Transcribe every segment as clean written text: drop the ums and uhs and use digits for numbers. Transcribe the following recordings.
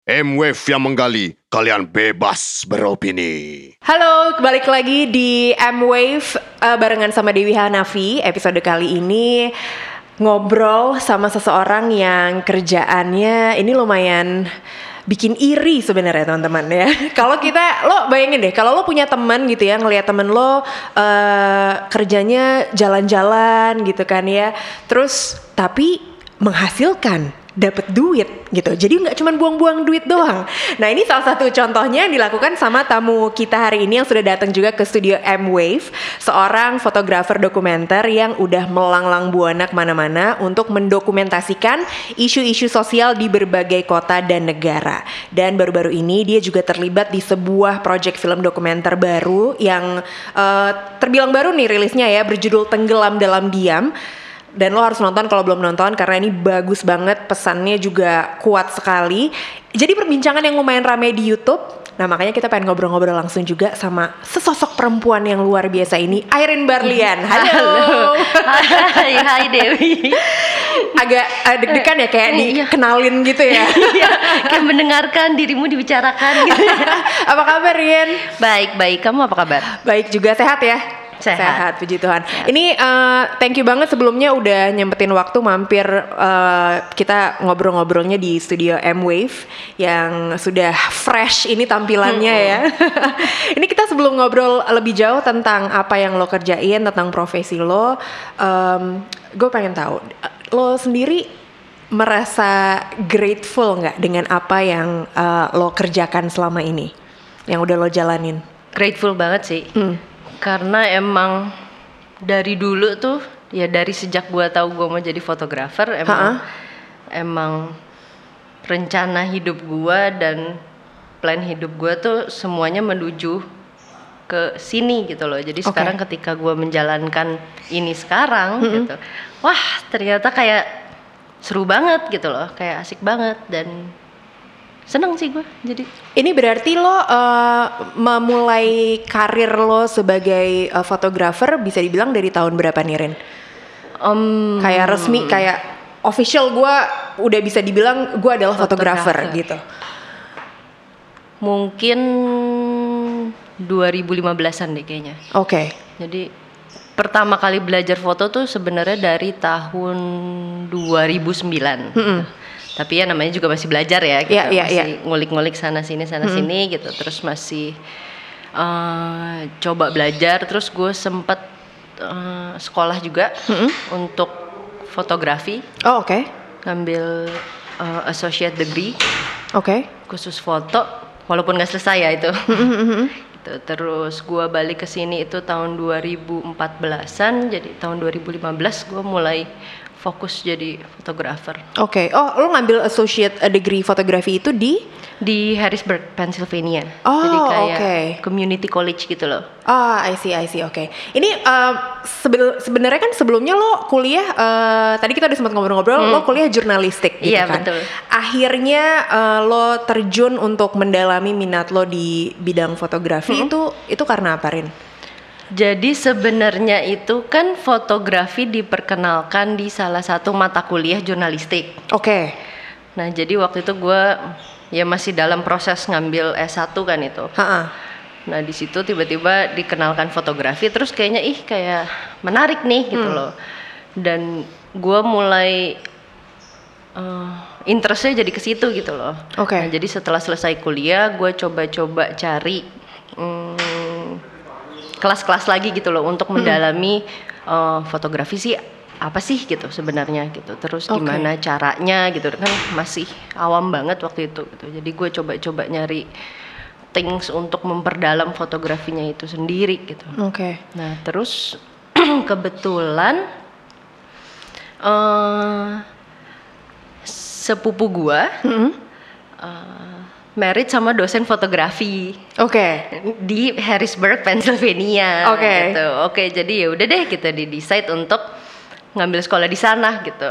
M-Wave yang menggali, kalian bebas beropini. Halo, balik lagi di M-Wave barengan sama Dewi Hanafi. Episode kali ini ngobrol sama seseorang yang kerjaannya ini lumayan bikin iri sebenarnya teman-teman ya. Kalau lo bayangin deh, kalau lo punya teman gitu ya, ngelihat temen lo kerjanya jalan-jalan gitu kan ya, terus tapi menghasilkan, dapat duit gitu. Jadi nggak cuma buang-buang duit doang. Nah, ini salah satu contohnya yang dilakukan sama tamu kita hari ini yang sudah datang juga ke studio M-Wave, seorang fotografer dokumenter yang udah melanglang buana kemana-mana untuk mendokumentasikan isu-isu sosial di berbagai kota dan negara. Dan baru-baru ini dia juga terlibat di sebuah proyek film dokumenter baru yang terbilang baru nih rilisnya ya, berjudul Tenggelam Dalam Diam. Dan lo harus nonton kalau belum nonton karena ini bagus banget, pesannya juga kuat sekali. Jadi perbincangan yang lumayan ramai di YouTube. Nah, makanya kita pengen ngobrol-ngobrol langsung juga sama sesosok perempuan yang luar biasa ini, Irene Barlian. Halo. Hai Dewi. Agak deg-degan ya, kayak dikenalin gitu ya. Iya, kayak mendengarkan dirimu dibicarakan gitu. Apa kabar, Rien? Baik. Kamu apa kabar? Baik juga, sehat ya? Sehat, puji Tuhan. Ini thank you banget sebelumnya udah nyempetin waktu mampir kita ngobrol-ngobrolnya di studio M-Wave yang sudah fresh ini tampilannya ya. Ini kita sebelum ngobrol lebih jauh tentang apa yang lo kerjain, tentang profesi lo, gue pengen tahu, lo sendiri merasa grateful nggak dengan apa yang lo kerjakan selama ini, yang udah lo jalanin? Grateful banget sih. Karena emang dari dulu tuh ya, dari sejak gue tahu gue mau jadi fotografer, emang rencana hidup gue dan plan hidup gue tuh semuanya menuju ke sini gitu loh. Jadi sekarang ketika gue menjalankan ini sekarang gitu, wah ternyata kayak seru banget gitu loh, kayak asik banget dan seneng sih gue. Jadi ini berarti lo memulai karir lo sebagai fotografer bisa dibilang dari tahun berapa nih, Ren? Kayak resmi, kayak official gue udah bisa dibilang gue adalah fotografer gitu. Mungkin 2015-an deh kayaknya. Oke. Jadi pertama kali belajar foto tuh sebenarnya dari tahun 2009. Tapi ya namanya juga masih belajar ya, kita masih ngulik-ngulik sana sini gitu. Terus masih coba belajar. Terus gue sempet sekolah juga untuk fotografi. Oh, oke. Ngambil associate degree. Oke. Khusus foto, walaupun nggak selesai ya itu. Gitu. Terus gue balik ke sini itu tahun 2014-an. Jadi tahun 2015 gue mulai fokus jadi fotografer. Oke. Oh, lo ngambil associate degree fotografi itu di Harrisburg, Pennsylvania. Oh, jadi kayak community college gitu loh. I see. Oke. Ini sebenarnya kan sebelumnya lo kuliah, tadi kita udah sempat ngobrol-ngobrol, lo kuliah jurnalistik gitu kan. Iya, betul. Akhirnya lo terjun untuk mendalami minat lo di bidang fotografi, itu karena apa, Rin? Jadi sebenarnya itu kan fotografi diperkenalkan di salah satu mata kuliah jurnalistik. Oke. Nah, jadi waktu itu gue ya masih dalam proses ngambil S1 kan itu. Nah, di situ tiba-tiba dikenalkan fotografi, terus kayaknya kayak menarik nih gitu loh. Dan gue mulai interestnya jadi ke situ gitu loh. Oke. Nah, jadi setelah selesai kuliah, gue coba-coba cari kelas-kelas lagi gitu loh untuk mendalami fotografi sih apa sih gitu sebenarnya gitu. Terus gimana caranya gitu kan, masih awam banget waktu itu gitu. Jadi gue coba-coba nyari things untuk memperdalam fotografinya itu sendiri gitu. Oke. Nah, terus kebetulan sepupu gue married sama dosen fotografi. Di Harrisburg, Pennsylvania. Gitu. Jadi ya udah deh kita decide untuk ngambil sekolah di sana gitu.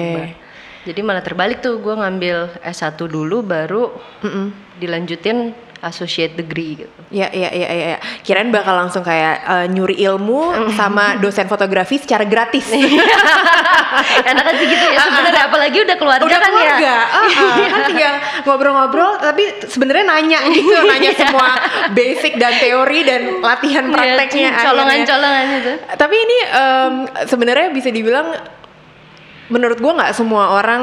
Jadi malah terbalik tuh, gue ngambil S1 dulu baru dilanjutin associate degree gitu. Ya. Kirain bakal langsung kayak nyuri ilmu sama dosen fotografi secara gratis. Enakan sih gitu ya sebenarnya, apalagi udah keluarga Udah kan keluarga, ya. kan tinggal ngobrol-ngobrol, tapi sebenarnya nanya gitu, nanya semua basic dan teori dan latihan prakteknya. Colongan-colongan itu. Tapi ini sebenarnya bisa dibilang, menurut gue nggak semua orang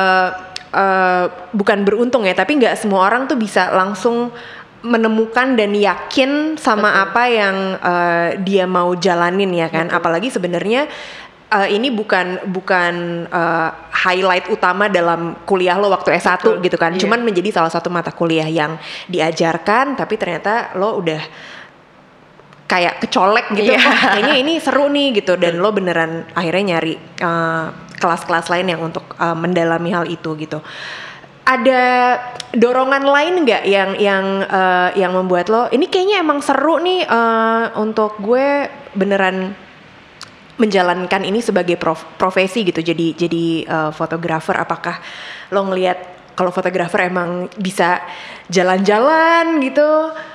bukan beruntung ya, tapi nggak semua orang tuh bisa langsung menemukan dan yakin sama apa yang dia mau jalanin ya kan. Apalagi sebenarnya ini bukan highlight utama dalam kuliah lo waktu S1 gitu kan. Cuman menjadi salah satu mata kuliah yang diajarkan, tapi ternyata lo udah kayak kecolek gitu. Kayaknya ini seru nih gitu, dan lo beneran akhirnya nyari kelas-kelas lain yang untuk mendalami hal itu gitu. Ada dorongan lain nggak yang membuat lo ini kayaknya emang seru nih untuk gue beneran menjalankan ini sebagai profesi gitu, jadi fotografer? Apakah lo ngelihat kalau fotografer emang bisa jalan-jalan gitu?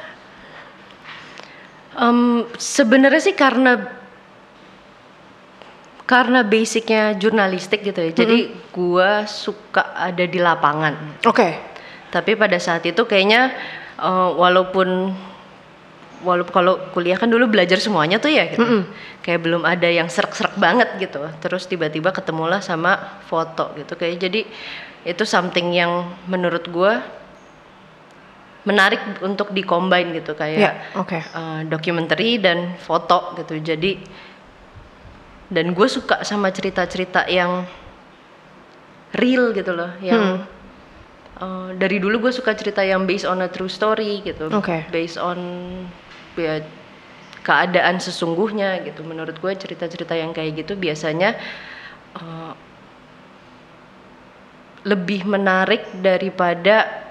Sebenarnya sih karena basicnya jurnalistik gitu ya. Jadi gua suka ada di lapangan. Oke. Tapi pada saat itu kayaknya walaupun kalau kuliah kan dulu belajar semuanya tuh ya gitu. Kayak belum ada yang serak-serak banget gitu. Terus tiba-tiba ketemulah sama foto gitu. Kayak jadi itu something yang menurut gua menarik untuk di-combine gitu, kayak documentary dan foto gitu. Jadi dan gue suka sama cerita-cerita yang real gitu loh, yang dari dulu gue suka cerita yang based on a true story gitu, based on ya, keadaan sesungguhnya gitu. Menurut gue cerita-cerita yang kayak gitu biasanya lebih menarik daripada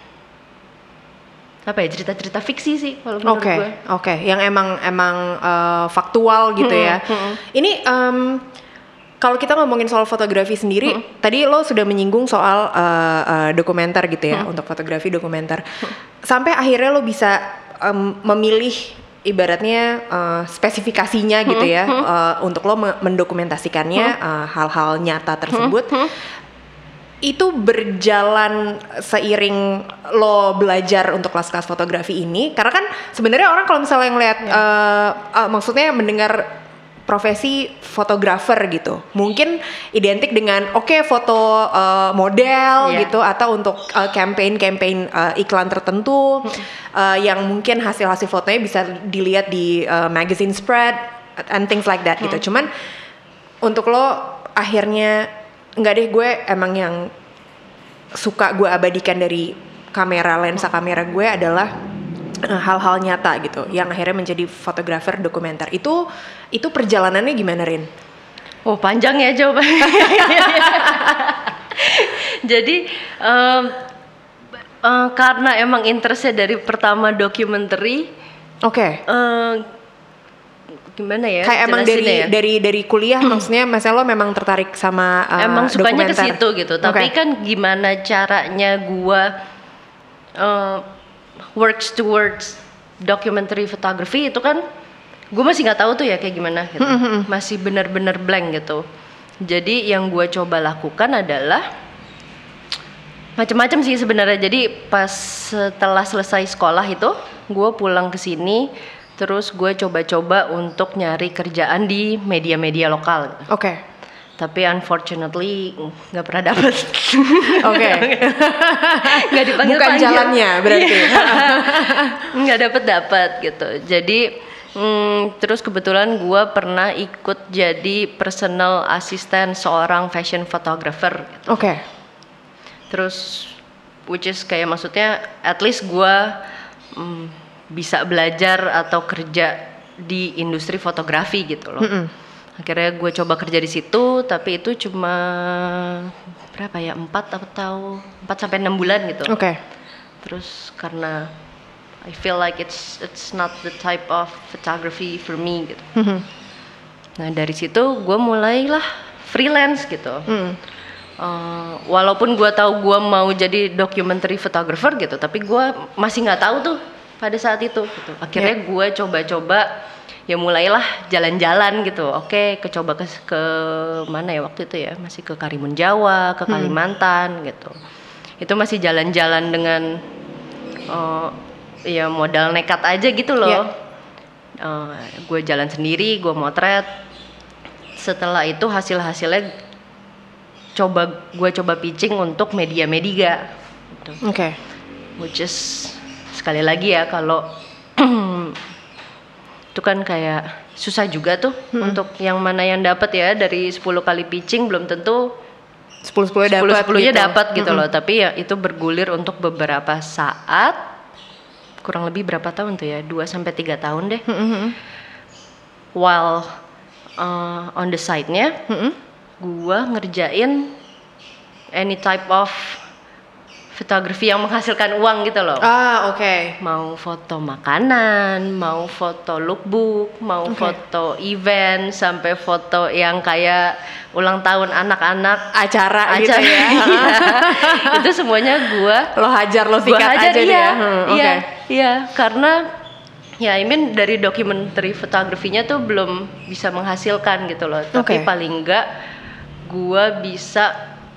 apa ya, cerita-cerita fiksi sih kalau menurut gue. Oke, yang emang faktual gitu ya. Ini kalau kita ngomongin soal fotografi sendiri, tadi lo sudah menyinggung soal dokumenter gitu ya, untuk fotografi dokumenter. Sampai akhirnya lo bisa memilih ibaratnya spesifikasinya gitu ya, untuk lo mendokumentasikannya hal-hal nyata tersebut. Itu berjalan seiring lo belajar untuk kelas-kelas fotografi ini, karena kan sebenarnya orang kalau misalnya ngelihat maksudnya mendengar profesi fotografer gitu, mungkin identik dengan foto model gitu, atau untuk campaign iklan tertentu yang mungkin hasil fotonya bisa dilihat di magazine spread and things like that gitu. Cuman untuk lo akhirnya enggak deh, gue emang yang suka gue abadikan dari lensa kamera gue adalah hal-hal nyata gitu, yang akhirnya menjadi fotografer dokumenter. Itu perjalanannya gimana, Rin? Oh, panjang ya jawabannya. Jadi karena emang interestnya dari pertama documentary. Gimana ya? Kayak emang dari kuliah, maksudnya lo memang tertarik sama emang sukanya ke situ gitu. Tapi kan gimana caranya gua works towards documentary photography itu kan gue masih nggak tahu tuh ya kayak gimana gitu. Masih benar-benar blank gitu. Jadi yang gue coba lakukan adalah macam-macam sih sebenarnya. Jadi pas setelah selesai sekolah itu, gue pulang ke sini. Terus gue coba-coba untuk nyari kerjaan di media-media lokal. Tapi unfortunately nggak pernah dapet. Nggak dipanggil. Bukan jalannya berarti. Nggak dapet gitu. Jadi terus kebetulan gue pernah ikut jadi personal assistant seorang fashion photographer. Terus which is kayak maksudnya at least gue bisa belajar atau kerja di industri fotografi gitu loh. Akhirnya gue coba kerja di situ, tapi itu cuma berapa ya, 4 sampai 6 bulan gitu. Terus karena I feel like it's not the type of photography for me gitu. Nah dari situ gue mulailah freelance gitu. walaupun gue tahu gue mau jadi documentary photographer gitu, tapi gue masih nggak tahu tuh pada saat itu gitu. Akhirnya gue coba-coba, ya mulailah jalan-jalan gitu. Oke, ke mana ya waktu itu ya, masih ke Karimun Jawa, ke Kalimantan gitu. Itu masih jalan-jalan dengan ya modal nekat aja gitu loh. Gue jalan sendiri, gue motret. Setelah itu hasil-hasilnya gue coba pitching untuk media-media gitu. Which is sekali lagi ya, kalau itu kan kayak susah juga tuh untuk yang mana yang dapat ya. Dari 10 kali pitching belum tentu 10-10nya dapat gitu loh. Tapi ya itu bergulir untuk beberapa saat, kurang lebih berapa tahun tuh ya, 2-3 tahun deh. While on the side-nya gue ngerjain any type of fotografi yang menghasilkan uang gitu loh. Mau foto makanan, mau foto lookbook, mau foto event, sampai foto yang kayak ulang tahun anak-anak, acara gitu ya. Itu semuanya lo sikat aja ya. Iya, karena ya dari documentary fotografinya tuh belum bisa menghasilkan gitu loh. Tapi paling enggak gue bisa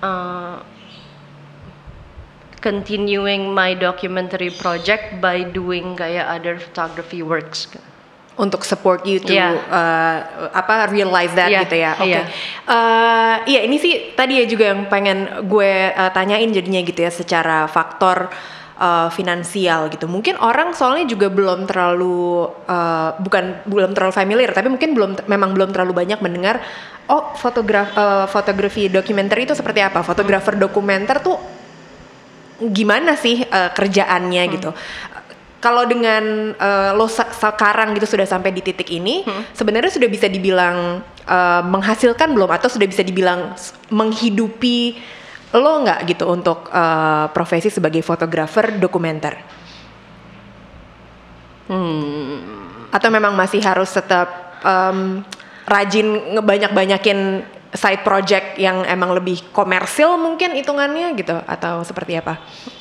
continuing my documentary project by doing kayak other photography works untuk support you to realize that gitu ya. Iya, ini sih tadi ya juga yang pengen gue tanyain jadinya gitu ya, secara faktor finansial gitu. Mungkin orang soalnya juga belum terlalu belum terlalu familiar, tapi mungkin memang belum terlalu banyak mendengar fotografi dokumenter itu seperti apa. Fotografer dokumenter tuh gimana sih kerjaannya gitu. Kalau dengan lo sekarang gitu sudah sampai di titik ini, sebenarnya sudah bisa dibilang menghasilkan belum, atau sudah bisa dibilang menghidupi lo nggak gitu untuk profesi sebagai fotografer dokumenter? Atau memang masih harus tetap rajin ngebanyak-banyakin side project yang emang lebih komersil mungkin hitungannya gitu, atau seperti apa?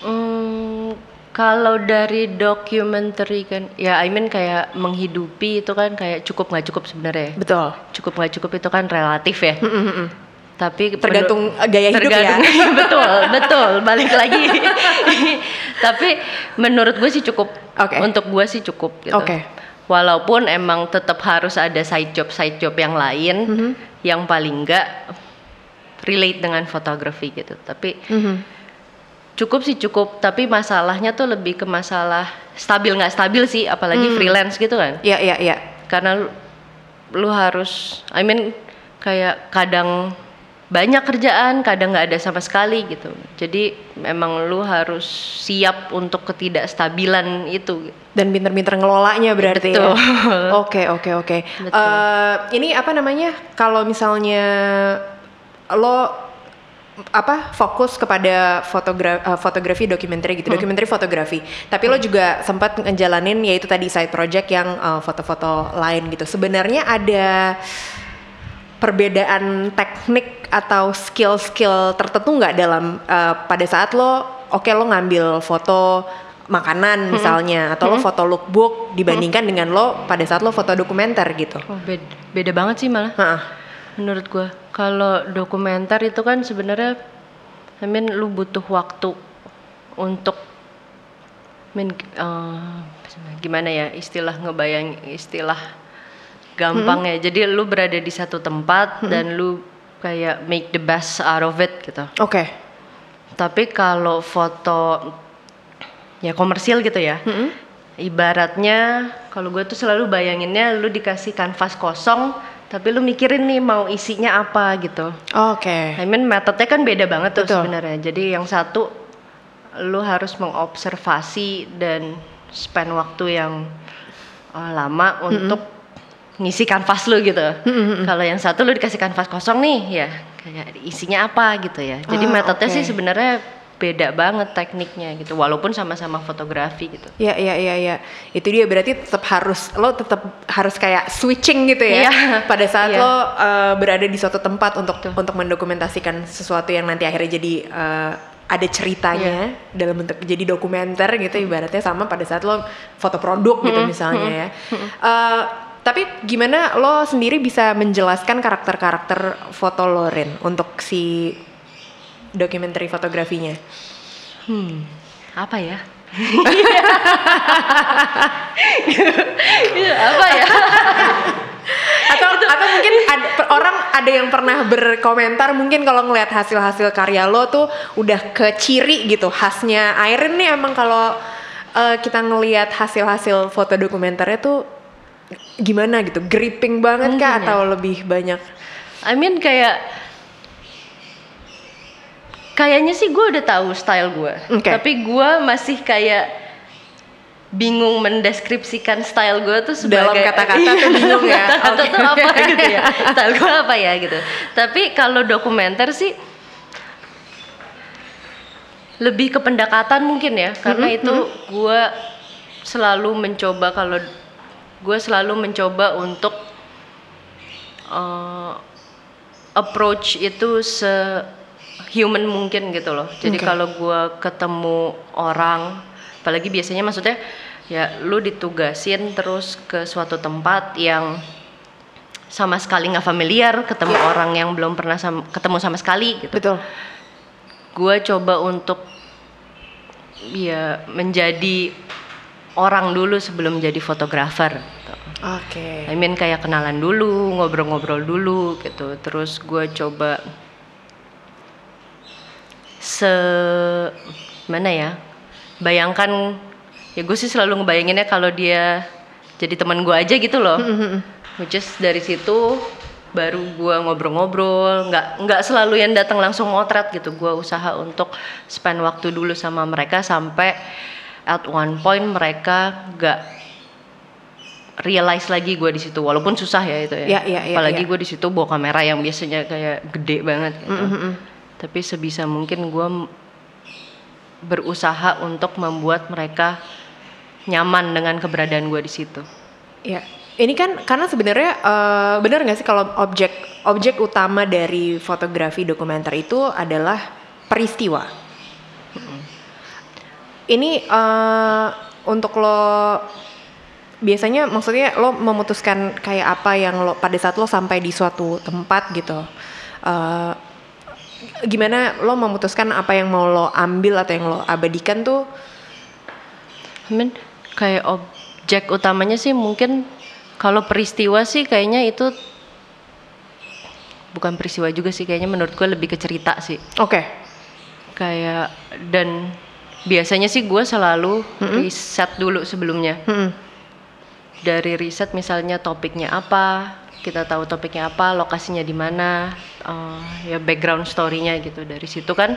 Kalau dari documentary kan, ya kayak menghidupi itu kan kayak cukup nggak cukup sebenarnya. Betul. Cukup nggak cukup itu kan relatif ya. Tapi tergantung gaya hidup ya. betul balik lagi. Tapi menurut gue sih cukup. Untuk gue sih cukup gitu. Walaupun emang tetap harus ada side job yang lain yang paling enggak relate dengan fotografi gitu. Tapi cukup sih cukup. Tapi masalahnya tuh lebih ke masalah stabil nggak stabil sih, apalagi freelance gitu kan. Iya. Karena lu harus, kayak kadang banyak kerjaan, kadang nggak ada sama sekali gitu. Jadi memang lu harus siap untuk ketidakstabilan itu. Dan pinter-pinter ngelolanya berarti. Betul. Ya. Oke. Ini apa namanya? Kalau misalnya lo fokus kepada fotografi dokumenter gitu, dokumenter fotografi. Tapi lo juga sempat ngejalanin yaitu tadi side project yang foto-foto lain gitu. Sebenarnya ada perbedaan teknik atau skill tertentu nggak dalam pada saat lo ngambil foto makanan misalnya, atau lo foto lookbook dibandingkan dengan lo pada saat lo foto dokumenter gitu? Beda banget sih malah. Menurut gue, kalau dokumenter itu kan sebenarnya, lu butuh waktu untuk, gimana ya istilah gampang ya. Jadi lu berada di satu tempat dan lu kayak make the best out of it gitu. Tapi kalau foto ya komersil gitu ya, ibaratnya kalau gue tuh selalu bayanginnya lu dikasih kanvas kosong, tapi lu mikirin nih mau isinya apa gitu. Metodenya kan beda banget tuh sebenarnya. Jadi yang satu lu harus mengobservasi dan spend waktu yang lama untuk ngisi kanvas lu gitu. Kalau yang satu lu dikasih kanvas kosong nih, ya kayak isinya apa gitu ya. Jadi metodenya sih sebenarnya beda banget tekniknya gitu, walaupun sama-sama fotografi gitu. Iya. Itu dia berarti lo tetap harus kayak switching gitu ya. Pada saat lo berada di suatu tempat untuk mendokumentasikan sesuatu yang nanti akhirnya jadi ada ceritanya dalam bentuk jadi dokumenter gitu ibaratnya, sama pada saat lo foto produk gitu misalnya ya. Tapi gimana lo sendiri bisa menjelaskan karakter-karakter foto lo, Rin, untuk si documentary fotografinya? Apa ya? Apa ya? Atau mungkin orang ada yang pernah berkomentar mungkin kalau ngelihat hasil-hasil karya lo tuh udah ke ciri gitu khasnya Irene nih, emang kalau kita ngelihat hasil-hasil foto dokumenternya tuh gimana gitu, gripping banget kah atau lebih banyak? I mean kayaknya sih gue udah tahu style gue, tapi gue masih kayak bingung mendeskripsikan style gue tuh sebagai dalam kata-kata tuh bingung ya. Kata-kata tuh apa gitu ya, style gue apa ya gitu. Tapi kalau dokumenter sih lebih ke pendekatan mungkin ya, karena itu gue selalu mencoba untuk approach itu human mungkin gitu loh. Jadi kalau gue ketemu orang, apalagi biasanya maksudnya ya lu ditugasin terus ke suatu tempat yang sama sekali nggak familiar, ketemu orang yang belum pernah ketemu sama sekali gitu. Betul. Gue coba untuk ya menjadi orang dulu sebelum jadi fotografer gitu. Oke. I mean kayak kenalan dulu, ngobrol-ngobrol dulu gitu. Terus gue coba mana ya, bayangkan ya, gue sih selalu ngebayanginnya kalau dia jadi teman gue aja gitu loh. Which is dari situ baru gue ngobrol-ngobrol, nggak selalu yang datang langsung ngotret gitu. Gue usaha untuk spend waktu dulu sama mereka sampai at one point mereka nggak realize lagi gue di situ, walaupun susah ya itu ya. Apalagi gue di situ bawa kamera yang biasanya kayak gede banget gitu. Tapi sebisa mungkin gue berusaha untuk membuat mereka nyaman dengan keberadaan gue di situ. Ya, ini kan karena sebenarnya benar nggak sih kalau objek utama dari fotografi dokumenter itu adalah peristiwa. Ini untuk lo biasanya, maksudnya lo memutuskan kayak apa yang lo pada saat lo sampai di suatu tempat gitu. Gimana lo memutuskan apa yang mau lo ambil atau yang lo abadikan tuh? Kayak objek utamanya sih mungkin kalau peristiwa sih kayaknya itu bukan peristiwa juga sih, kayaknya menurut gue lebih ke cerita sih. Oke. Kayak, dan biasanya sih gue selalu riset dulu sebelumnya. Dari riset misalnya topiknya apa, kita tahu topiknya apa, lokasinya di mana, ya background story-nya gitu. Dari situ kan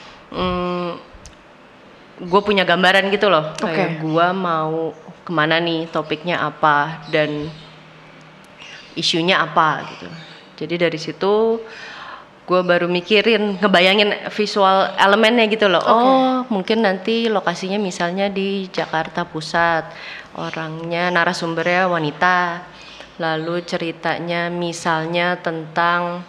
gue punya gambaran gitu loh. Kayak gue mau kemana nih, topiknya apa, dan isunya apa gitu. Jadi dari situ gue baru ngebayangin visual elemennya gitu loh. Oh mungkin nanti lokasinya misalnya di Jakarta Pusat, orangnya narasumbernya wanita, lalu ceritanya misalnya tentang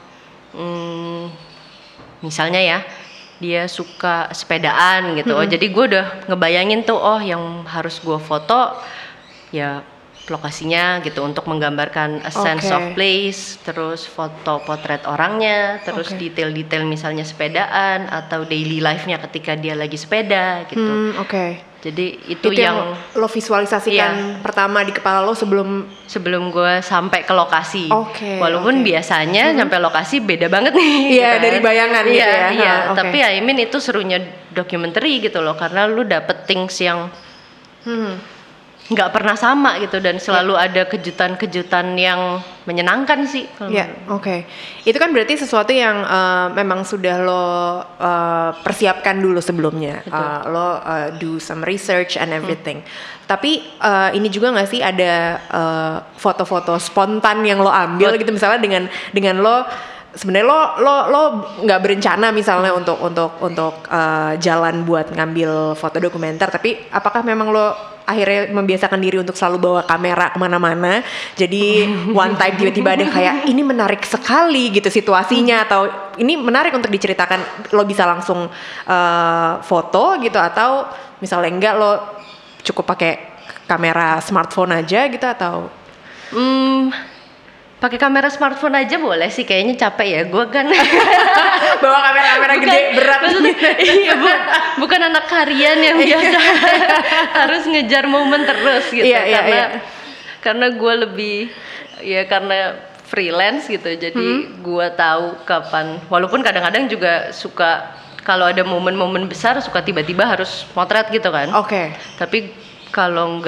misalnya ya dia suka sepedaan gitu. Oh jadi gue udah ngebayangin tuh, oh yang harus gue foto ya lokasinya gitu untuk menggambarkan a sense of place, terus foto potret orangnya, terus detail-detail misalnya sepedaan atau daily life-nya ketika dia lagi sepeda gitu. Jadi itu yang lo visualisasikan pertama di kepala lo sebelum gue sampai ke lokasi. Walaupun biasanya sampai lokasi beda banget nih. Iya, dari bayangan gitu ya. Iya, tapi ya I mean itu serunya documentary gitu loh, karena lu dapet things yang nggak pernah sama gitu, dan selalu ada kejutan-kejutan yang menyenangkan sih. Itu kan berarti sesuatu yang memang sudah lo persiapkan dulu sebelumnya. Lo do some research and everything. Tapi ini juga nggak sih ada foto-foto spontan yang lo ambil gitu, misalnya dengan lo sebenarnya lo nggak berencana misalnya untuk jalan buat ngambil foto dokumenter, tapi apakah memang lo akhirnya membiasakan diri untuk selalu bawa kamera kemana-mana, jadi one time tiba-tiba ada kayak ini menarik sekali gitu situasinya, atau ini menarik untuk diceritakan, lo bisa langsung foto gitu, atau misalnya enggak lo cukup pakai kamera smartphone aja gitu, atau pakai kamera smartphone aja boleh sih, kayaknya capek ya gue kan. bawa kamera gede berat. Iya, bukan anak harian yang biasa harus ngejar momen terus gitu. Karena gue lebih karena freelance gitu, jadi gue tahu kapan, walaupun kadang-kadang juga suka kalau ada momen-momen besar suka tiba-tiba harus potret gitu kan. Tapi kalau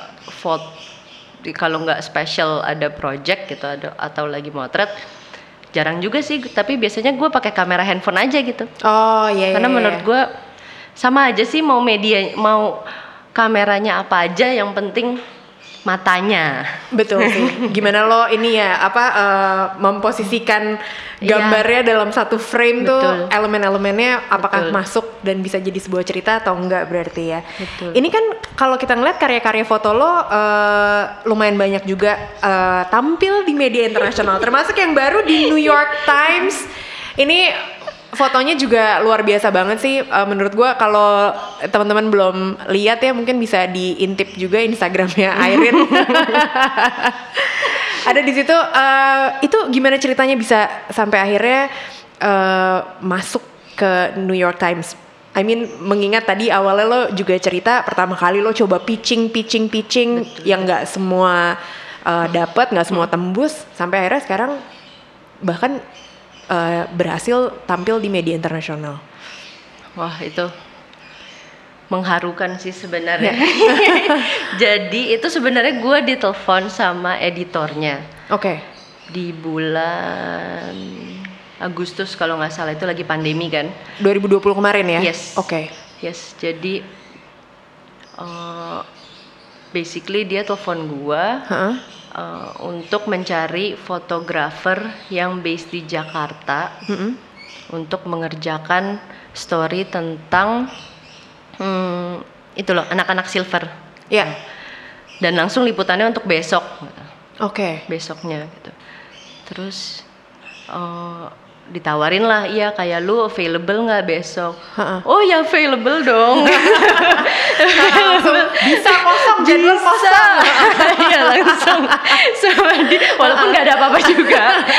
nggak special ada project gitu atau lagi motret, jarang juga sih. Tapi biasanya gue pakai kamera handphone aja gitu. Karena menurut gue sama aja sih, mau kameranya apa aja, yang penting matanya. Betul sih. Gimana lo ini memposisikan gambarnya dalam satu frame. Betul. Tuh elemen-elemennya apakah masuk dan bisa jadi sebuah cerita atau enggak, berarti ya. Betul. Ini kan kalau kita ngeliat karya-karya foto lo lumayan banyak juga tampil di media internasional, termasuk yang baru di New York Times. Ini fotonya juga luar biasa banget sih, menurut gue. Kalau teman-teman belum lihat ya, mungkin bisa diintip juga Instagramnya Irene. Ada di situ. Itu gimana ceritanya bisa sampai akhirnya masuk ke New York Times? I mean, mengingat tadi awalnya lo juga cerita pertama kali lo coba pitching. Betul. Yang nggak semua dapat, nggak semua tembus, sampai akhirnya sekarang bahkan berhasil tampil di media internasional. Wah, itu mengharukan sih sebenarnya. Jadi itu sebenarnya gue ditelepon sama editornya. Di bulan Agustus kalau nggak salah, itu lagi pandemi kan. 2020 kemarin ya? Yes. Yes, jadi basically dia telepon gue. Untuk mencari fotografer yang based di Jakarta untuk mengerjakan story tentang itu loh, anak-anak silver. Dan langsung liputannya untuk besok. Besoknya gitu. Terus ditawarin lah, iya kayak lu available nggak besok? Oh ya available dong. Bisa kosong, jadwal kosong. Iya langsung sama dia, walaupun nggak ada apa-apa juga.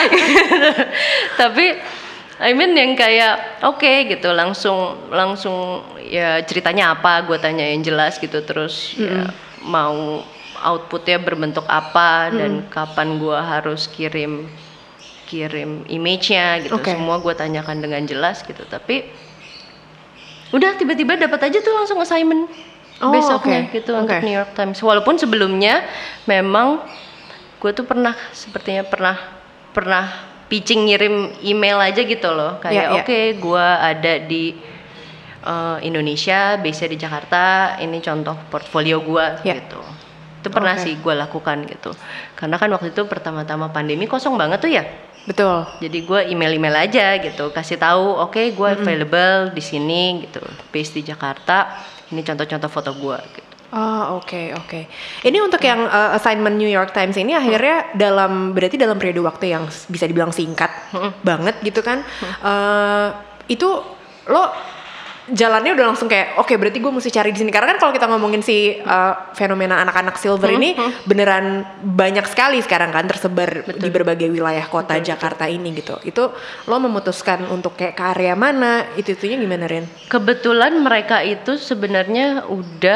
Tapi I mean yang kayak oke gitu, langsung ya ceritanya apa, gue tanya yang jelas gitu. Terus ya mau outputnya berbentuk apa dan kapan gue harus kirim image-nya gitu. Semua gue tanyakan dengan jelas gitu. Tapi udah tiba-tiba dapat aja tuh langsung assignment besoknya gitu untuk New York Times. Walaupun sebelumnya memang gue tuh sepertinya pernah pitching, ngirim email aja gitu loh, kayak gue ada di Indonesia, base-nya di Jakarta, ini contoh portfolio gue gitu. Itu pernah sih gue lakukan gitu. Karena kan waktu itu pertama-tama pandemi kosong banget tuh ya. Betul. Jadi gue email aja gitu, kasih tahu gue available di sini gitu, base di Jakarta, ini contoh-contoh foto gue gitu. Oke. Ini untuk yang assignment New York Times ini akhirnya berarti dalam periode waktu yang bisa dibilang singkat banget gitu kan. Itu lo jalannya udah langsung kayak berarti gue mesti cari di sini, karena kan kalau kita ngomongin si fenomena anak-anak silver ini beneran banyak sekali sekarang kan, tersebar di berbagai wilayah kota Jakarta ini gitu. Itu lo memutuskan untuk kayak ke area mana, itunya gimana, Ren? Kebetulan mereka itu sebenarnya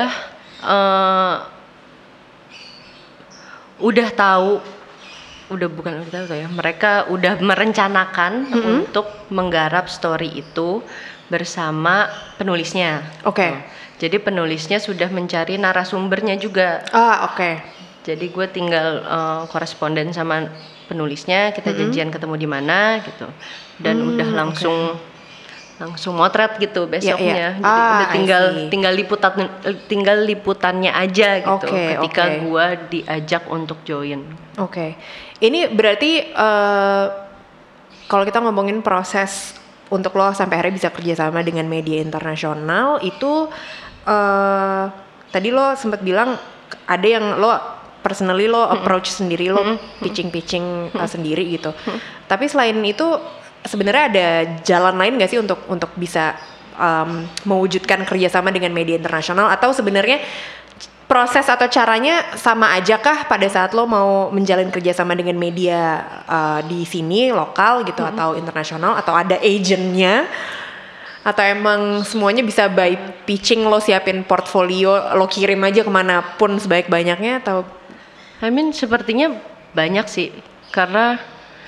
mereka udah merencanakan untuk menggarap story itu bersama penulisnya. Jadi penulisnya sudah mencari narasumbernya juga. Jadi gue tinggal koresponden sama penulisnya, kita janjian ketemu di mana gitu, dan udah langsung motret gitu besoknya. Jadi udah tinggal liputannya aja gitu. Ketika gue diajak untuk join. Ini berarti kalau kita ngomongin proses untuk lo sampai akhirnya bisa kerjasama dengan media internasional itu tadi lo sempat bilang ada yang lo personally lo approach sendiri, lo pitching sendiri gitu. Tapi selain itu sebenarnya ada jalan lain nggak sih untuk bisa mewujudkan kerjasama dengan media internasional, atau sebenarnya proses atau caranya sama aja kah pada saat lo mau menjalin kerjasama dengan media di sini lokal gitu atau internasional, atau ada agentnya, atau emang semuanya bisa by pitching, lo siapin portfolio, lo kirim aja kemanapun sebaik-banyaknya, atau? Sepertinya banyak sih, karena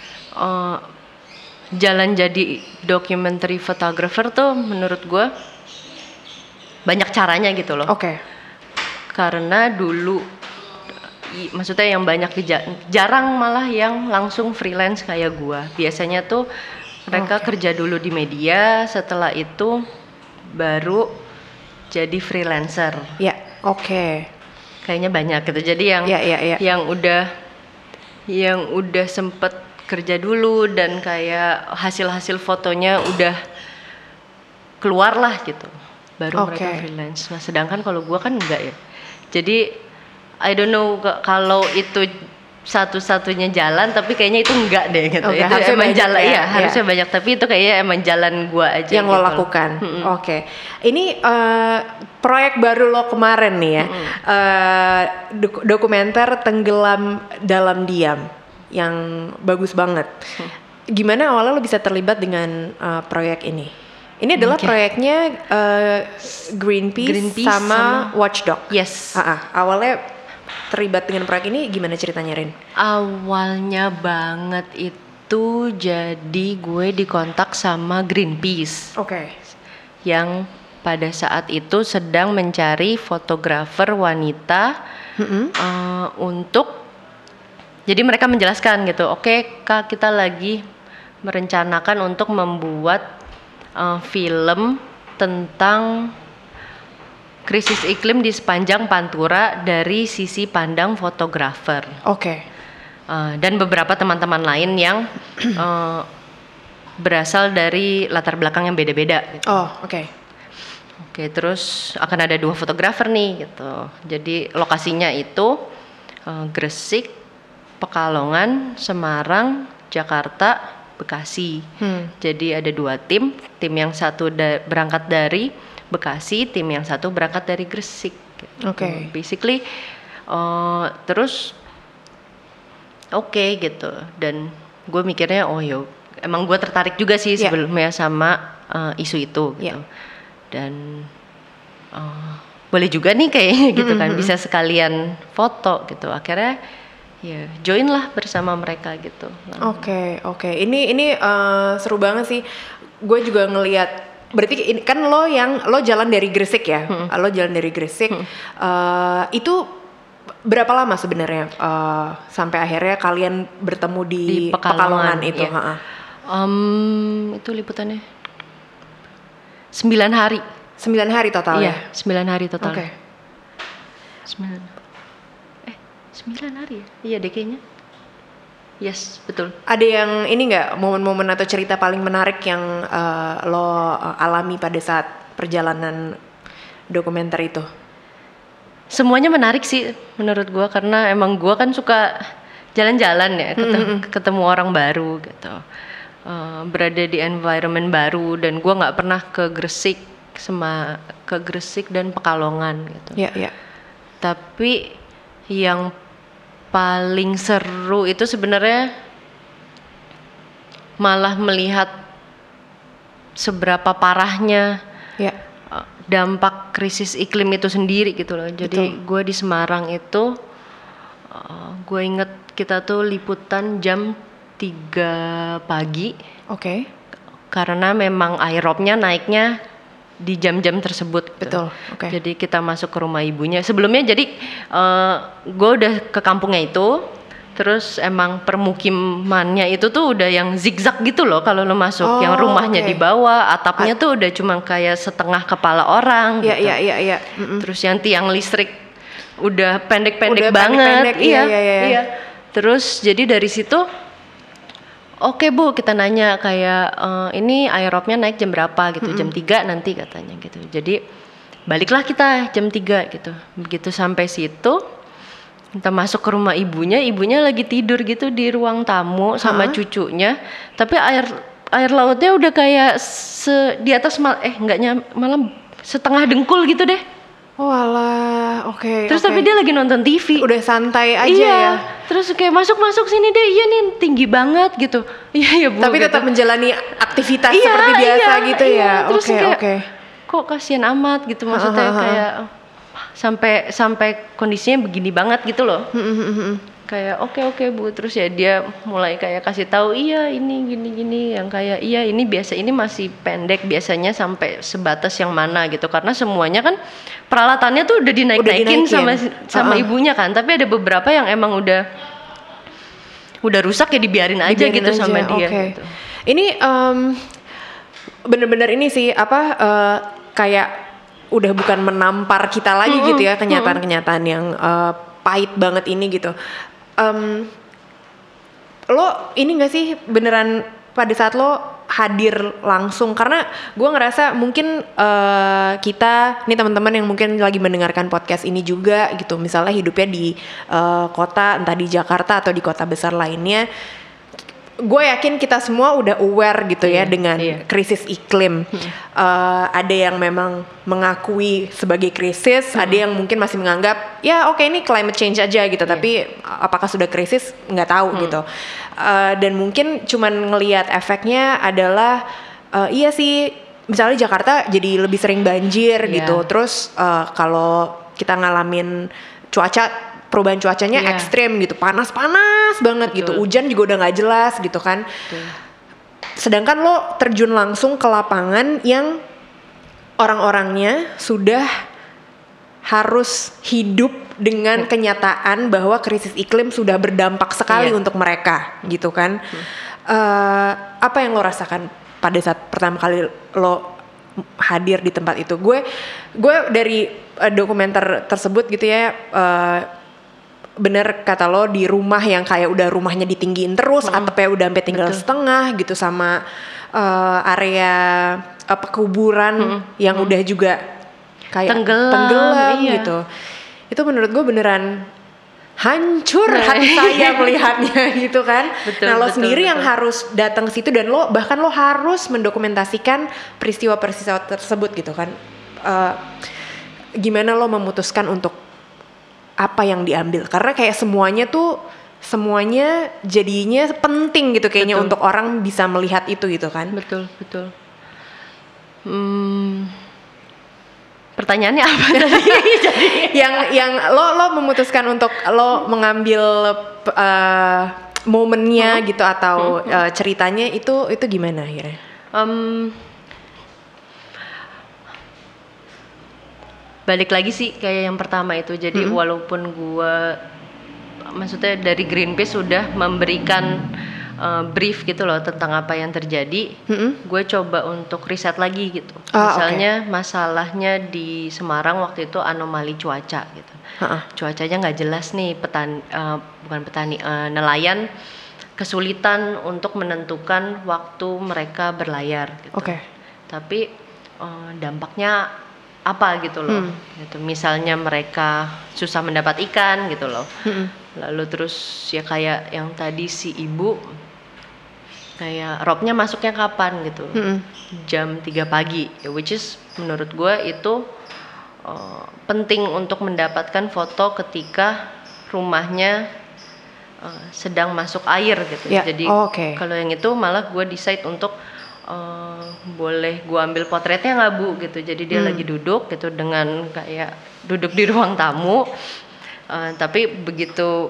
jalan jadi documentary photographer tuh menurut gue banyak caranya gitu loh. Oke. Karena dulu maksudnya yang banyak jarang malah yang langsung freelance kayak gue. Biasanya tuh mereka kerja dulu di media, setelah itu baru jadi freelancer. Ya, oke. Kayaknya banyak gitu. Jadi yang udah sempet kerja dulu dan kayak hasil fotonya udah keluar lah gitu, baru mereka freelance. Nah sedangkan kalau gue kan enggak ya. Jadi I don't know kalau itu satu-satunya jalan, tapi kayaknya itu enggak deh gitu. Itu emang jalan ya, harusnya banyak, tapi itu kayaknya emang jalan gue aja yang gitu lo lakukan. Oke. Ini proyek baru lo kemarin nih ya, dokumenter Tenggelam Dalam Diam yang bagus banget. Gimana awalnya lo bisa terlibat dengan proyek ini? Ini adalah proyeknya Greenpeace sama Watchdog. Yes. Awalnya terlibat dengan proyek ini gimana ceritanya, Rin? Awalnya banget itu jadi gue dikontak sama Greenpeace. Oke. Yang pada saat itu sedang mencari fotografer wanita untuk. Jadi mereka menjelaskan gitu, oke Kak, kita lagi merencanakan untuk membuat film tentang krisis iklim di sepanjang Pantura dari sisi pandang fotografer. Oke. Dan beberapa teman-teman lain yang berasal dari latar belakang yang beda-beda. Gitu. Oke, terus akan ada 2 fotografer nih gitu. Jadi lokasinya itu Gresik, Pekalongan, Semarang, Jakarta, Bekasi. Jadi ada 2 tim yang satu berangkat dari Bekasi, tim yang satu berangkat dari Gresik. Gitu. Oke. Basically, terus gitu. Dan gue mikirnya, emang gue tertarik juga sih sebelumnya sama isu itu. Gitu. Dan boleh juga nih kayaknya gitu kan, bisa sekalian foto gitu. Akhirnya join lah bersama mereka gitu. Oke. Ini seru banget sih. Gue juga ngelihat. Berarti kan lo jalan dari Gresik ya? Lo jalan dari Gresik. Itu berapa lama sebenarnya sampai akhirnya kalian bertemu di Pekalongan itu? Iya. Itu liputannya 9 hari. 9 hari total ya? 9 hari total. Oke. 9 hari ya? Iya deh kayaknya. Yes, betul. Ada yang ini nggak, momen-momen atau cerita paling menarik yang lo alami pada saat perjalanan dokumenter itu? Semuanya menarik sih menurut gue, karena emang gue kan suka jalan-jalan ya, ketemu orang baru gitu. Berada di environment baru, dan gue nggak pernah ke Gresik dan Pekalongan gitu. Iya. Tapi yang paling seru itu sebenarnya malah melihat seberapa parahnya dampak krisis iklim itu sendiri gitu loh. Jadi gue di Semarang itu gue inget kita tuh liputan jam 3 pagi. Oke. Karena memang aeropnya naiknya di jam-jam tersebut. Betul. Oke. Jadi kita masuk ke rumah ibunya. Sebelumnya jadi gue udah ke kampungnya itu, terus emang permukimannya itu tuh udah yang zigzag gitu loh kalau lo masuk, yang rumahnya di bawah, atapnya tuh udah cuma kayak setengah kepala orang. Iya. Terus yang tiang listrik udah pendek-pendek banget. Iya. Terus jadi dari situ oke Bu, kita nanya kayak ini aerobnya naik jam berapa gitu, jam 3 nanti katanya gitu. Jadi baliklah kita jam 3 gitu. Begitu sampai situ, kita masuk ke rumah ibunya lagi tidur gitu di ruang tamu sama cucunya. Tapi air lautnya udah kayak di atas malah setengah dengkul gitu deh. Oh alah, oke. Terus tapi dia lagi nonton TV. Udah santai aja Iya. ya. Terus kayak masuk sini deh. Iya nih tinggi banget gitu. Iya ya Bu. Tapi gitu. tetap menjalani aktivitas seperti biasa gitu ya. Terus Oke, kayak, oke. kok kasihan amat gitu, maksudnya kayak sampai kondisinya begini banget gitu loh. Kayak oke Bu, terus ya dia mulai kayak kasih tahu iya ini gini yang kayak iya ini biasa, ini masih pendek, biasanya sampai sebatas yang mana gitu, karena semuanya kan peralatannya tuh udah dinaik-naikin sama ibunya kan, tapi ada beberapa yang emang udah rusak ya dibiarin aja gitu sama dia. Gitu. Ini bener-bener ini sih kayak udah bukan menampar kita lagi gitu ya, kenyataan-kenyataan yang pahit banget ini gitu. Lo ini gak sih beneran pada saat lo hadir langsung, karena gue ngerasa mungkin kita nih teman-teman yang mungkin lagi mendengarkan podcast ini juga gitu, misalnya hidupnya di kota, entah di Jakarta atau di kota besar lainnya, gue yakin kita semua udah aware gitu ya dengan krisis iklim. Ada yang memang mengakui sebagai krisis, ada yang mungkin masih menganggap ya oke, ini climate change aja gitu, tapi apakah sudah krisis nggak tahu gitu. Dan mungkin cuman ngelihat efeknya adalah iya sih, misalnya Jakarta jadi lebih sering banjir gitu. Terus kalau kita ngalamin perubahan cuacanya ekstrim gitu, panas banget gitu, hujan juga udah nggak jelas gitu kan. Sedangkan lo terjun langsung ke lapangan yang orang-orangnya sudah harus hidup dengan kenyataan bahwa krisis iklim sudah berdampak sekali untuk mereka gitu kan. Apa yang lo rasakan pada saat pertama kali lo hadir di tempat itu? Gue dari dokumenter tersebut gitu ya, bener kata lo, di rumah yang kayak udah rumahnya ditinggiin terus, atapnya udah sampai tinggal setengah gitu, sama area pekuburan yang udah juga kayak tenggelam gitu. Itu menurut gue beneran hancur hati saya melihatnya gitu kan. Nah lo sendiri yang harus datang ke situ, dan lo bahkan lo harus mendokumentasikan peristiwa-peristiwa tersebut gitu kan. Gimana lo memutuskan untuk apa yang diambil, karena kayak semuanya jadinya penting gitu kayaknya untuk orang bisa melihat itu gitu kan. Betul. Pertanyaannya apa tadi? Jadi yang lo memutuskan untuk lo mengambil momennya gitu, atau ceritanya itu gimana akhirnya? Balik lagi sih kayak yang pertama itu. Jadi walaupun maksudnya dari Greenpeace sudah memberikan brief gitu loh tentang apa yang terjadi, gue coba untuk riset lagi gitu. Misalnya masalahnya di Semarang waktu itu anomali cuaca gitu. Cuacanya nggak jelas nih, nelayan kesulitan untuk menentukan waktu mereka berlayar gitu. Tapi dampaknya apa gitu loh, gitu. Misalnya mereka susah mendapat ikan gitu loh. Lalu terus ya kayak yang tadi si ibu, kayak robnya masuknya kapan gitu, jam 3 pagi, which is menurut gue itu penting untuk mendapatkan foto ketika rumahnya sedang masuk air gitu. Jadi kalau yang itu malah gue decide untuk boleh gue ambil potretnya nggak Bu gitu. Jadi dia lagi duduk gitu, dengan kayak duduk di ruang tamu, tapi begitu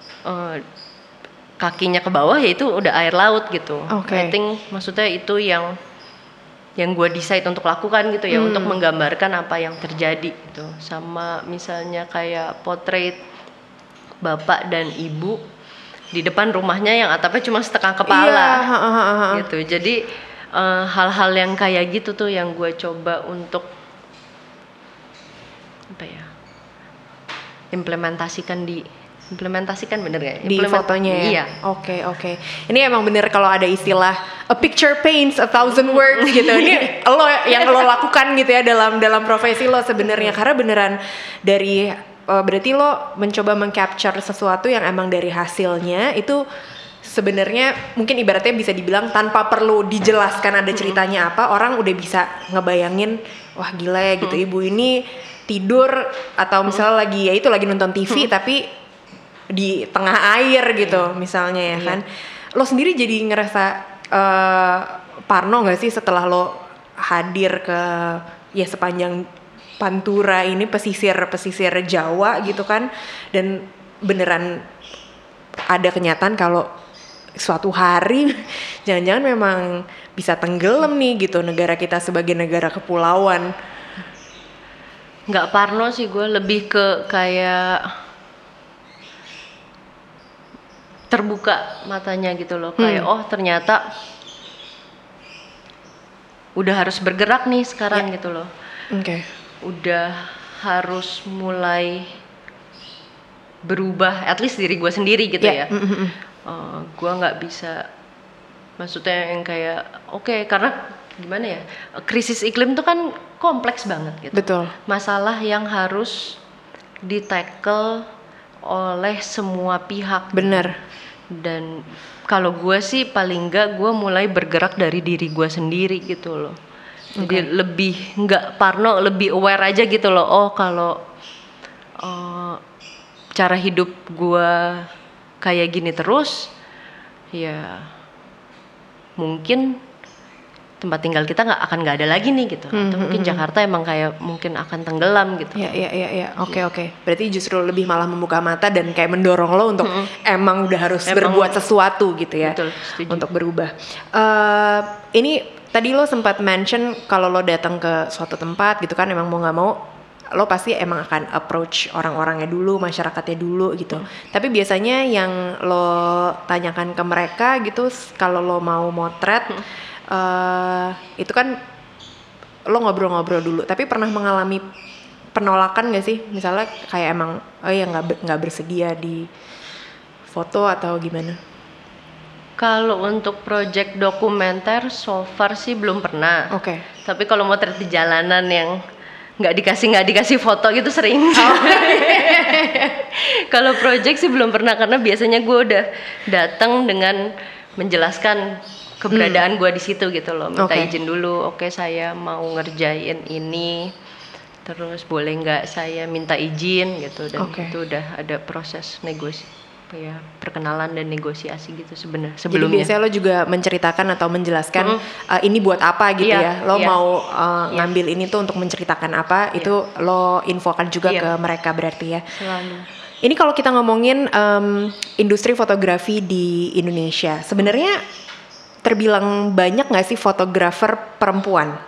kakinya ke bawah ya itu udah air laut gitu. I think maksudnya itu yang gue decide untuk lakukan gitu ya, untuk menggambarkan apa yang terjadi gitu. Sama misalnya kayak potret bapak dan ibu di depan rumahnya yang atapnya cuma setengah kepala gitu. Jadi hal-hal yang kayak gitu tuh yang gue coba untuk implementasikan di implementasikan bener gak? Di fotonya ya? Iya. Oke. Ini emang bener kalau ada istilah a picture paints 1,000 words gitu. Ini lo yang lo lakukan gitu ya dalam profesi lo sebenarnya, karena beneran dari berarti lo mencoba mengcapture sesuatu yang emang dari hasilnya itu sebenarnya mungkin ibaratnya bisa dibilang tanpa perlu dijelaskan ada ceritanya apa, orang udah bisa ngebayangin wah gila ya gitu, ibu ini tidur atau misalnya lagi nonton TV tapi di tengah air gitu misalnya ya kan. Lo sendiri jadi ngerasa parno gak sih setelah lo hadir ke ya sepanjang Pantura ini, pesisir Jawa gitu kan, dan beneran ada kenyataan kalau suatu hari jangan-jangan memang bisa tenggelam nih gitu negara kita sebagai negara kepulauan? Nggak parno sih gue, lebih ke kayak terbuka matanya gitu loh, kayak oh ternyata udah harus bergerak nih sekarang gitu loh. Udah harus mulai berubah, at least diri gue sendiri gitu ya. Gue nggak bisa, maksudnya yang kayak karena gimana ya, krisis iklim tuh kan kompleks banget gitu. Betul. Masalah yang harus di-tackle oleh semua pihak. Bener. Dan kalau gue sih paling enggak gue mulai bergerak dari diri gue sendiri gitu loh. Jadi lebih nggak parno, lebih aware aja gitu loh. Oh kalau cara hidup gue kayak gini terus, ya mungkin tempat tinggal kita nggak ada lagi nih gitu. Atau mungkin Jakarta emang kayak mungkin akan tenggelam gitu. Iya. Oke. Berarti justru lebih malah membuka mata dan kayak mendorong lo untuk emang udah harus berbuat sesuatu gitu ya. Betul, setuju. Untuk berubah. Ini tadi lo sempat mention kalau lo datang ke suatu tempat gitu kan, emang mau nggak mau lo pasti emang akan approach orang-orangnya dulu, masyarakatnya dulu gitu. Tapi biasanya yang lo tanyakan ke mereka gitu, kalau lo mau motret, itu kan lo ngobrol-ngobrol dulu. Tapi pernah mengalami penolakan gak sih? Misalnya kayak emang nggak bersedia di foto atau gimana? Kalau untuk project dokumenter so far sih belum pernah. Tapi kalau motret di jalanan yang nggak dikasih foto gitu sering. Kalau project sih belum pernah, karena biasanya gue udah datang dengan menjelaskan keberadaan gue di situ gitu loh, minta izin dulu. Saya mau ngerjain ini, terus boleh nggak saya minta izin gitu, dan itu udah ada proses perkenalan dan negosiasi gitu sebelumnya. Jadi biasanya lo juga menceritakan atau menjelaskan ini buat apa gitu ya. Lo mau ngambil ini tuh untuk menceritakan apa, itu lo infokan juga ke mereka berarti ya. Selalu. Ini kalau kita ngomongin industri fotografi di Indonesia, sebenarnya terbilang banyak nggak sih fotografer perempuan?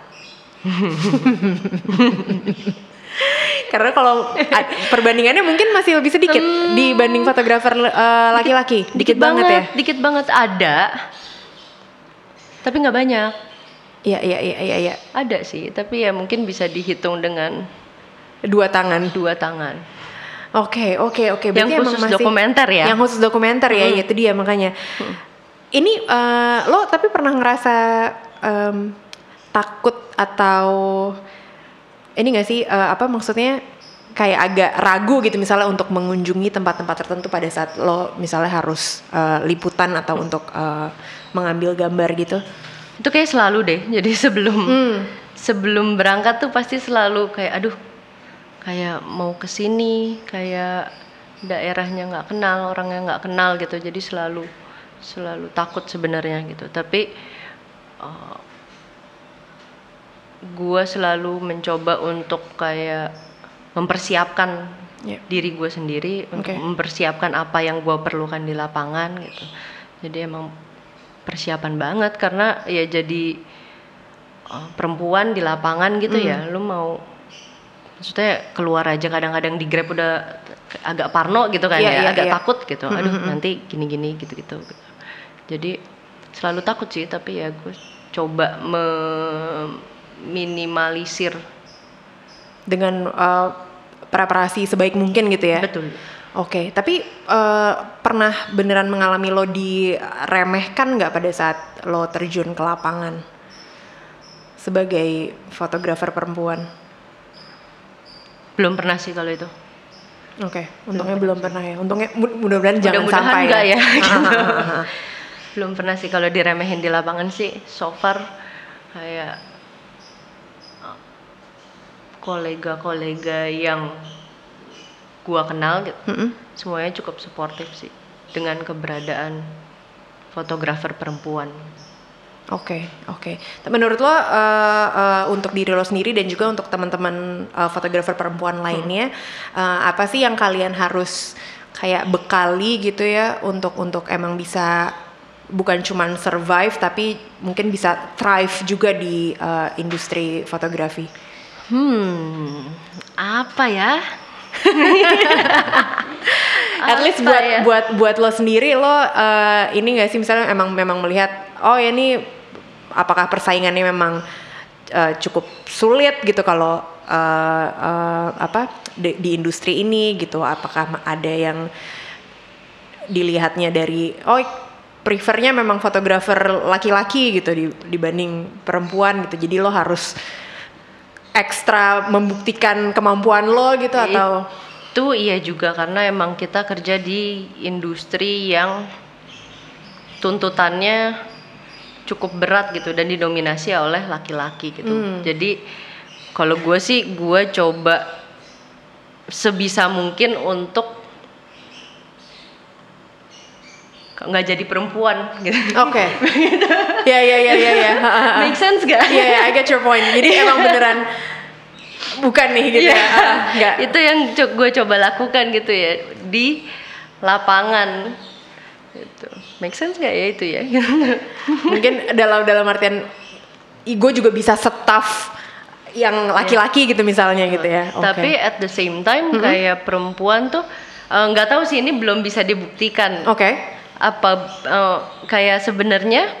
Karena kalau perbandingannya mungkin masih lebih sedikit dibanding fotografer laki-laki. Dikit banget ya? Dikit banget ada, tapi nggak banyak. Iya. Ada sih, tapi ya mungkin bisa dihitung dengan dua tangan. Oke. Yang khusus dokumenter ya? Yang khusus dokumenter ya, itu dia makanya. Ini lo tapi pernah ngerasa takut atau ini nggak sih maksudnya kayak agak ragu gitu misalnya untuk mengunjungi tempat-tempat tertentu pada saat lo misalnya harus liputan atau untuk mengambil gambar gitu? Itu kayak selalu deh. Jadi sebelum berangkat tuh pasti selalu kayak kayak mau kesini, kayak daerahnya nggak kenal, orangnya nggak kenal gitu. Jadi selalu takut sebenarnya gitu. Tapi gue selalu mencoba untuk kayak mempersiapkan diri gue sendiri, untuk mempersiapkan apa yang gue perlukan di lapangan gitu. Jadi emang persiapan banget, karena ya jadi perempuan di lapangan gitu ya, lu mau maksudnya keluar aja kadang-kadang di Grab udah agak parno gitu kan, agak takut gitu. Nanti gini-gini gitu-gitu. Jadi selalu takut sih, tapi ya gue coba minimalisir dengan preparasi sebaik mungkin gitu ya. Betul. Oke, tapi pernah beneran mengalami lo diremehkan nggak pada saat lo terjun ke lapangan sebagai fotografer perempuan? Belum pernah sih kalau itu. Oke, untungnya belum pernah ya. Untungnya mudah-mudahan jangan Mudah-mudahan sampai enggak ya. ya, gitu. Belum pernah sih kalau diremehin di lapangan sih. So far kayak kolega-kolega yang gua kenal gitu, semuanya cukup suportif sih dengan keberadaan fotografer perempuan. Oke. Menurut lo untuk diri lo sendiri dan juga untuk teman-teman fotografer perempuan lainnya, apa sih yang kalian harus kayak bekali gitu ya untuk emang bisa bukan cuman survive tapi mungkin bisa thrive juga di industri fotografi? Apa ya? At least buat lo sendiri lo ini nggak sih misalnya memang melihat oh ya ini apakah persaingannya memang cukup sulit gitu kalau di industri ini gitu, apakah ada yang dilihatnya dari prefernya memang fotografer laki-laki gitu dibanding perempuan gitu, jadi lo harus ekstra membuktikan kemampuan lo gitu atau itu iya juga karena emang kita kerja di industri yang tuntutannya cukup berat gitu dan didominasi oleh laki-laki gitu. Jadi kalau gue coba sebisa mungkin untuk nggak jadi perempuan gitu. Oke. Ya. Make sense gak? Iya, I get your point. Jadi emang beneran bukan nih gitu ya. Enggak. Itu yang gue coba lakukan gitu ya di lapangan. Gitu. Make sense gak ya itu ya? Mungkin dalam artian gue juga bisa staff yang laki-laki gitu misalnya gitu ya. Okay. Tapi at the same time kayak perempuan tuh nggak tahu sih, ini belum bisa dibuktikan. Oke. Kayak sebenarnya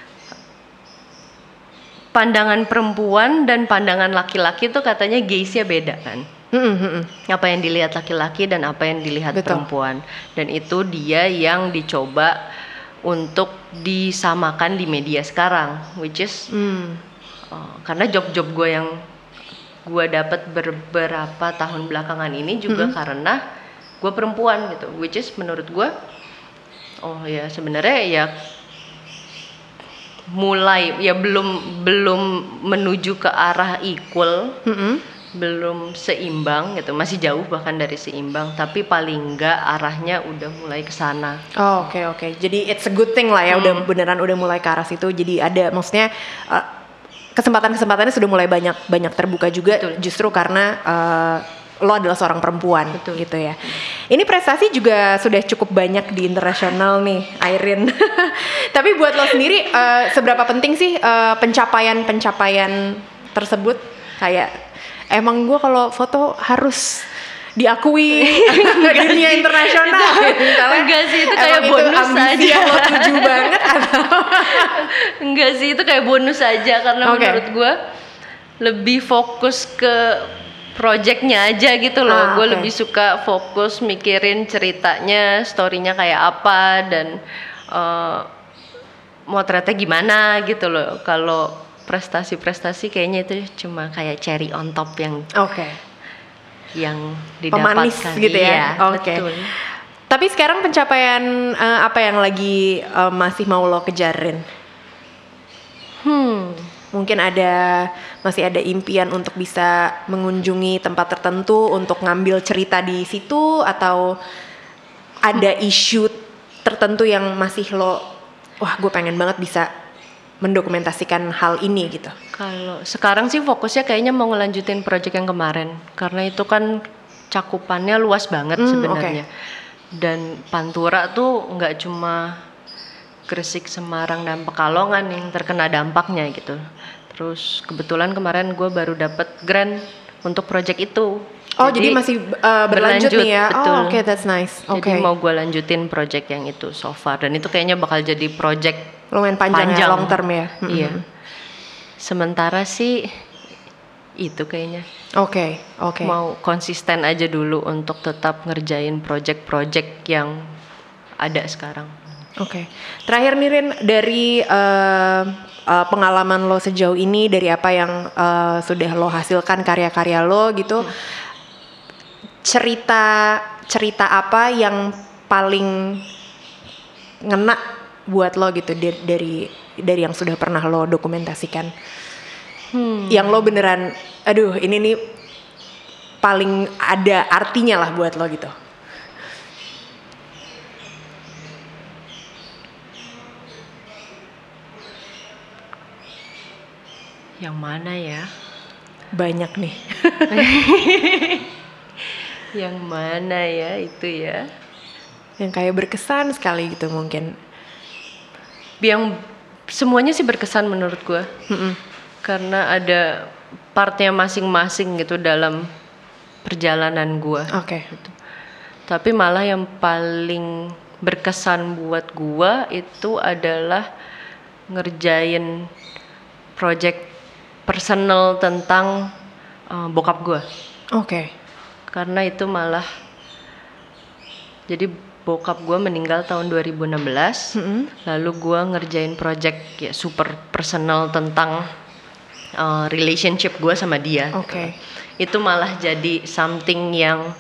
pandangan perempuan dan pandangan laki-laki tuh katanya gaze-nya beda kan. Apa yang dilihat laki-laki dan apa yang dilihat perempuan, dan itu dia yang dicoba untuk disamakan di media sekarang, which is karena job-job gue yang gue dapat beberapa tahun belakangan ini juga karena gue perempuan gitu, which is menurut gue sebenarnya ya mulai ya belum menuju ke arah equal, belum seimbang gitu, masih jauh bahkan dari seimbang, tapi paling enggak arahnya udah mulai ke sana. Oke. Jadi it's a good thing lah ya, udah mulai ke arah situ. Jadi ada maksudnya kesempatan-kesempatannya sudah mulai banyak terbuka juga. Betul. Justru karena lo adalah seorang perempuan. Betul. Gitu ya. Ini prestasi juga sudah cukup banyak di internasional nih, Irene. Tapi buat lo sendiri seberapa penting sih pencapaian tersebut? Kayak emang gue kalau foto harus diakui di dunia internasional. Enggak sih, itu kayak bonus saja. Lo tuju banget atau? Enggak sih, itu kayak bonus saja karena menurut gue lebih fokus ke projectnya aja gitu loh. Gue lebih suka fokus mikirin ceritanya, storynya kayak apa dan motretnya gimana gitu loh. Kalau prestasi kayaknya itu cuma kayak cherry on top yang yang didapatkan. Pemanis gitu ya. Betul. Tapi sekarang pencapaian apa yang lagi masih mau lo kejarin? Mungkin masih ada impian untuk bisa mengunjungi tempat tertentu untuk ngambil cerita di situ, atau ada isu tertentu yang masih gue pengen banget bisa mendokumentasikan hal ini gitu. Kalau sekarang sih fokusnya kayaknya mau ngelanjutin project yang kemarin, karena itu kan cakupannya luas banget sebenarnya. Dan Pantura tuh nggak cuma Gresik, Semarang, dan Pekalongan yang terkena dampaknya gitu. Terus kebetulan kemarin gue baru dapet grant untuk project itu. Jadi masih berlanjut nih ya. Betul. Oke, that's nice. Jadi mau gue lanjutin project yang itu so far, dan itu kayaknya bakal jadi project lumayan panjang. Ya, long term ya. Iya. Sementara sih itu kayaknya. Oke. Mau konsisten aja dulu untuk tetap ngerjain project-project yang ada sekarang. Oke. Terakhir nih Rin, dari pengalaman lo sejauh ini, dari apa yang sudah lo hasilkan karya-karya lo gitu, cerita apa yang paling ngena buat lo gitu dari yang sudah pernah lo dokumentasikan? Yang lo beneran, aduh ini nih paling ada artinya lah buat lo gitu. Yang mana ya? Banyak nih. Yang mana ya itu ya? Yang kayak berkesan sekali gitu mungkin. Yang semuanya sih berkesan menurut gue. Karena ada partnya masing-masing gitu dalam perjalanan gue. Oke. Gitu. Tapi malah yang paling berkesan buat gue itu adalah ngerjain project personal tentang bokap gue. Oke. Karena itu malah, jadi bokap gue meninggal tahun 2016. Lalu gue ngerjain project ya super personal tentang relationship gue sama dia. Oke. Itu malah jadi something yang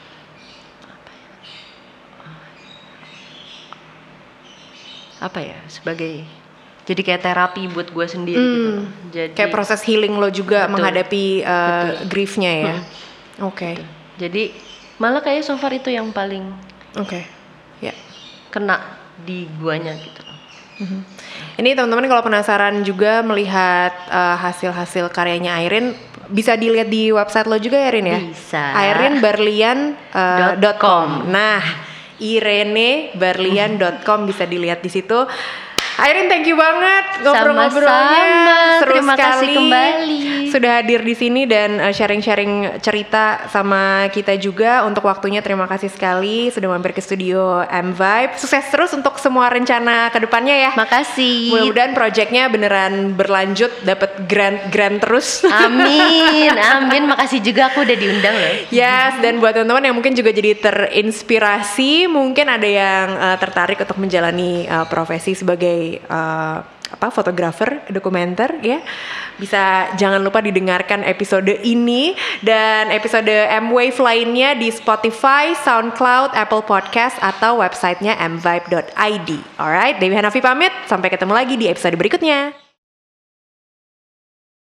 apa ya, sebagai jadi kayak terapi buat gue sendiri gitu. Jadi kayak proses healing lo juga. Betul. Menghadapi griefnya ya. Oke. Jadi malah kayak so far itu yang paling ya kena di guanya gitu. Ini teman-teman kalau penasaran juga melihat hasil-hasil karyanya Irene, bisa dilihat di website lo juga ya Rin ya? Bisa. irenebarlian.com. Nah, irenebarlian.com bisa dilihat di situ. Irene, thank you banget ngobrol-ngobrolnya, seru terima sekali. Kasih kembali. Sudah hadir di sini dan sharing-sharing cerita sama kita juga. Untuk waktunya terima kasih sekali sudah mampir ke studio M-Vibe. Sukses terus untuk semua rencana kedepannya ya. Makasih. Mudah-mudahan projectnya beneran berlanjut, dapat grant terus. Amin, amin. Makasih juga aku udah diundang loh. Yes, dan buat teman-teman yang mungkin juga jadi terinspirasi, mungkin ada yang tertarik untuk menjalani profesi sebagai fotografer dokumenter ya, bisa jangan lupa didengarkan episode ini dan episode M-Wave lainnya di Spotify, SoundCloud, Apple Podcast atau websitenya mvibe.id. Alright, Dewi Hanafi pamit, sampai ketemu lagi di episode berikutnya.